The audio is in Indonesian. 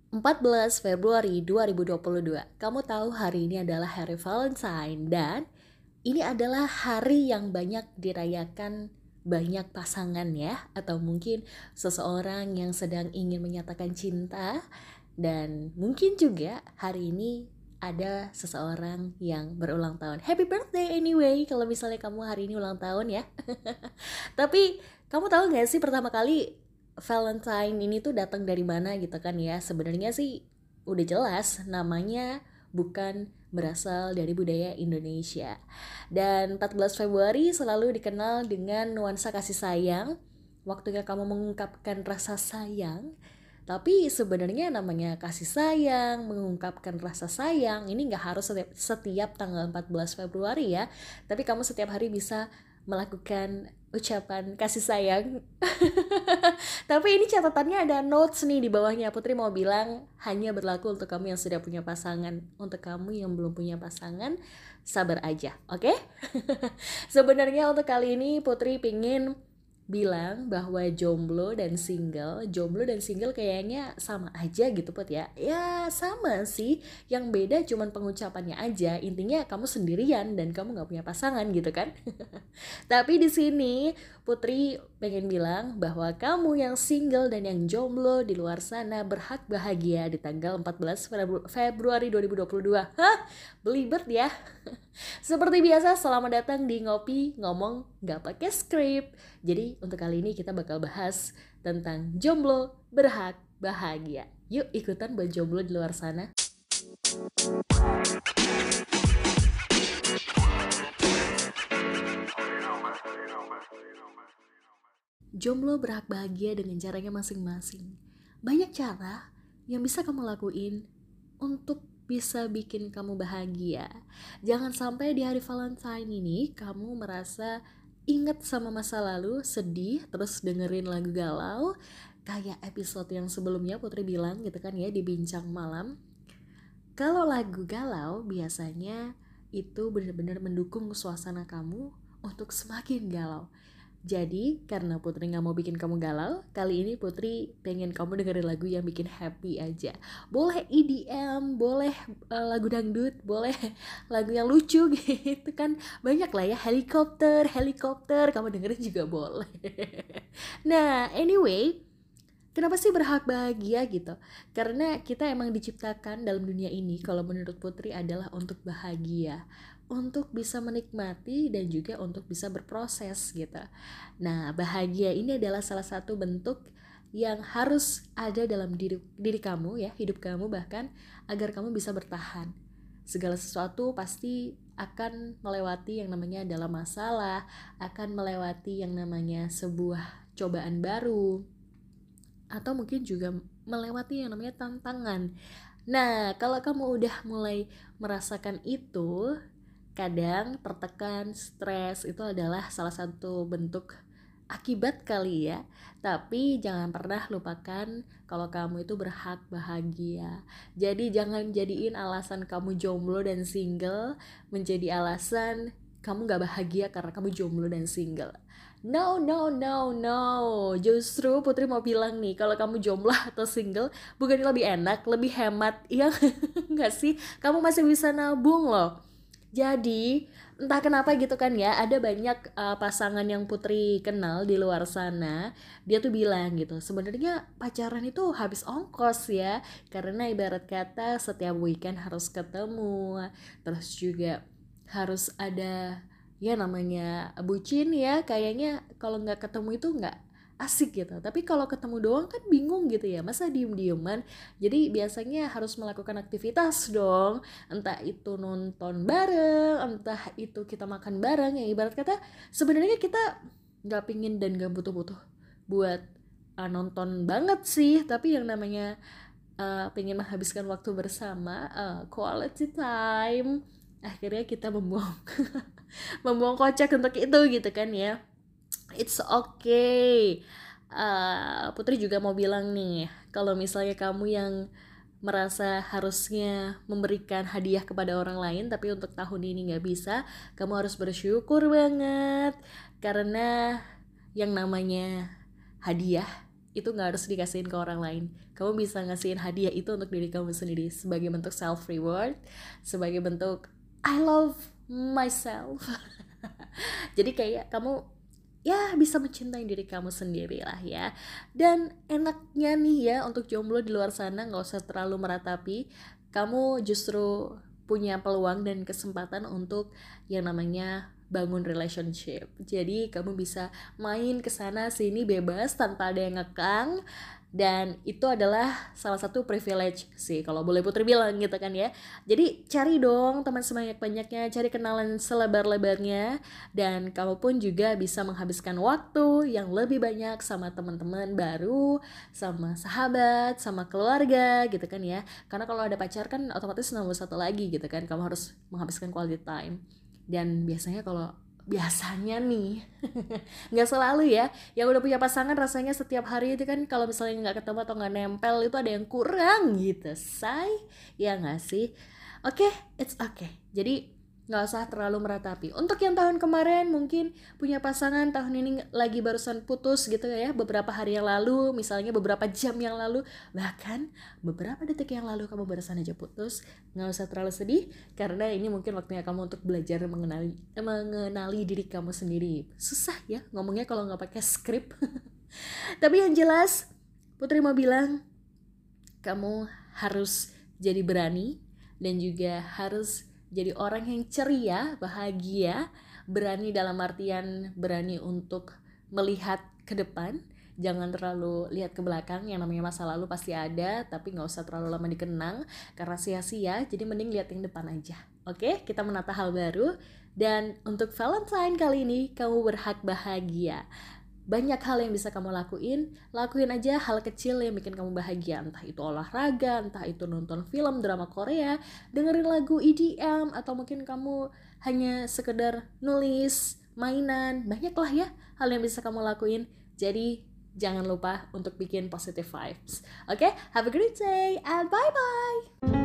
14 Februari 2022. Kamu tahu hari ini adalah hari Valentine dan ini adalah hari yang banyak dirayakan banyak pasangan ya, atau mungkin seseorang yang sedang ingin menyatakan cinta, dan mungkin juga hari ini ada seseorang yang berulang tahun. Happy birthday anyway kalau misalnya kamu hari ini ulang tahun ya. Tapi kamu tahu gak sih pertama kali Valentine ini tuh datang dari mana gitu kan ya? Sebenarnya sih udah jelas namanya bukan berasal dari budaya Indonesia. Dan 14 Februari selalu dikenal dengan nuansa kasih sayang, waktunya kamu mengungkapkan rasa sayang. Tapi sebenarnya namanya kasih sayang, mengungkapkan rasa sayang, ini gak harus setiap tanggal 14 Februari ya. Tapi kamu setiap hari bisa melakukan ucapan kasih sayang. Tapi ini catatannya ada notes nih di bawahnya. Putri mau bilang hanya berlaku untuk kamu yang sudah punya pasangan. Untuk kamu yang belum punya pasangan, sabar aja, oke? Sebenarnya untuk kali ini Putri pingin bilang bahwa jomblo dan single kayaknya sama aja gitu Put ya. Ya sama sih, yang beda cuman pengucapannya aja. Intinya kamu sendirian dan kamu nggak punya pasangan gitu kan. Tapi di sini Putri pengen bilang bahwa kamu yang single dan yang jomblo di luar sana berhak bahagia di tanggal 14 Februari 2022. Hah? Belibet ya. Seperti biasa, selamat datang di Ngopi Ngomong Gak Pakai Skrip. Jadi untuk kali ini kita bakal bahas tentang jomblo berhak bahagia. Yuk ikutan buat jomblo di luar sana. Jomblo berhak bahagia dengan caranya masing-masing. Banyak cara yang bisa kamu lakuin untuk bisa bikin kamu bahagia. Jangan sampai di hari Valentine ini kamu merasa inget sama masa lalu, sedih, terus dengerin lagu galau. Kayak episode yang sebelumnya Putri bilang gitu kan ya di Bincang Malam. Kalau lagu galau biasanya itu benar-benar mendukung suasana kamu untuk semakin galau. Jadi karena Putri gak mau bikin kamu galau, kali ini Putri pengen kamu dengerin lagu yang bikin happy aja. Boleh EDM, boleh lagu dangdut, boleh lagu yang lucu gitu kan. Banyak lah ya, helikopter, kamu dengerin juga boleh. Nah anyway, kenapa sih berhak bahagia gitu? Karena kita emang diciptakan dalam dunia ini, kalau menurut Putri adalah untuk bahagia, untuk bisa menikmati dan juga untuk bisa berproses gitu. Nah, bahagia ini adalah salah satu bentuk yang harus ada dalam diri kamu ya, hidup kamu bahkan, agar kamu bisa bertahan. Segala sesuatu pasti akan melewati yang namanya adalah masalah, akan melewati yang namanya sebuah cobaan baru, atau mungkin juga melewati yang namanya tantangan. Nah, kalau kamu udah mulai merasakan itu, kadang tertekan, stres itu adalah salah satu bentuk akibat kali ya. Tapi jangan pernah lupakan kalau kamu itu berhak bahagia. Jadi jangan jadiin alasan kamu jomblo dan single menjadi alasan kamu gak bahagia karena kamu jomblo dan single. No. Justru Putri mau bilang nih, kalau kamu jomblo atau single, bukannya lebih enak, lebih hemat, ya nggak sih? Kamu masih bisa nabung loh. Jadi entah kenapa gitu kan ya, ada banyak pasangan yang Putri kenal di luar sana, dia tuh bilang gitu, sebenarnya pacaran itu habis ongkos ya, karena ibarat kata setiap weekend harus ketemu, terus juga harus ada ya namanya bucin ya, kayaknya kalau nggak ketemu itu nggak asik gitu. Tapi kalau ketemu doang kan bingung gitu ya, masa diem-dieman. Jadi biasanya harus melakukan aktivitas dong, entah itu nonton bareng, entah itu kita makan bareng. Ya ibarat kata sebenarnya kita nggak pingin dan nggak butuh-butuh buat nonton banget sih, tapi yang namanya pengen menghabiskan waktu bersama, quality time, akhirnya kita membuang membuang kocek untuk itu gitu kan ya. It's okay. Putri juga mau bilang nih, kalau misalnya kamu yang merasa harusnya memberikan hadiah kepada orang lain tapi untuk tahun ini gak bisa, kamu harus bersyukur banget, karena yang namanya hadiah itu gak harus dikasihin ke orang lain. Kamu bisa ngasihin hadiah itu untuk diri kamu sendiri, sebagai bentuk self reward, sebagai bentuk I love myself. Jadi kayak kamu ya bisa mencintai diri kamu sendiri lah ya. Dan enaknya nih ya untuk jomblo di luar sana, gak usah terlalu meratapi. Kamu justru punya peluang dan kesempatan untuk yang namanya bangun relationship. Jadi kamu bisa main kesana sini bebas tanpa ada yang ngekang. Dan itu adalah salah satu privilege sih, kalau boleh Putri bilang gitu kan ya. Jadi cari dong teman sebanyak-banyaknya, cari kenalan selebar-lebarnya. Dan kamu pun juga bisa menghabiskan waktu yang lebih banyak sama teman-teman baru, sama sahabat, sama keluarga gitu kan ya. Karena kalau ada pacar kan otomatis nomor satu lagi gitu kan, kamu harus menghabiskan quality time. Dan biasanya nih nggak selalu ya, yang udah punya pasangan rasanya setiap hari itu kan kalau misalnya nggak ketemu atau nggak nempel itu ada yang kurang gitu, say, ya nggak sih? Oke, it's okay. Jadi nggak usah terlalu meratapi. Untuk yang tahun kemarin mungkin punya pasangan, tahun ini lagi barusan putus gitu ya, beberapa hari yang lalu, misalnya beberapa jam yang lalu, bahkan beberapa detik yang lalu kamu barusan aja putus, nggak usah terlalu sedih, karena ini mungkin waktunya kamu untuk belajar mengenali diri kamu sendiri. Susah ya ngomongnya kalau nggak pakai skrip. Tapi yang jelas Putri mau bilang, kamu harus jadi berani dan juga harus jadi orang yang ceria, bahagia, berani dalam artian berani untuk melihat ke depan. Jangan terlalu lihat ke belakang, yang namanya masa lalu pasti ada, tapi gak usah terlalu lama dikenang karena sia-sia, jadi mending lihat yang depan aja. Oke, kita menata hal baru. Dan untuk Valentine kali ini, kamu berhak bahagia. Banyak hal yang bisa kamu lakuin aja hal kecil yang bikin kamu bahagia. Entah itu olahraga, entah itu nonton film, drama Korea, dengerin lagu EDM, atau mungkin kamu hanya sekedar nulis, mainan. Banyak lah ya hal yang bisa kamu lakuin. Jadi jangan lupa untuk bikin positive vibes. Oke, have a great day and bye-bye!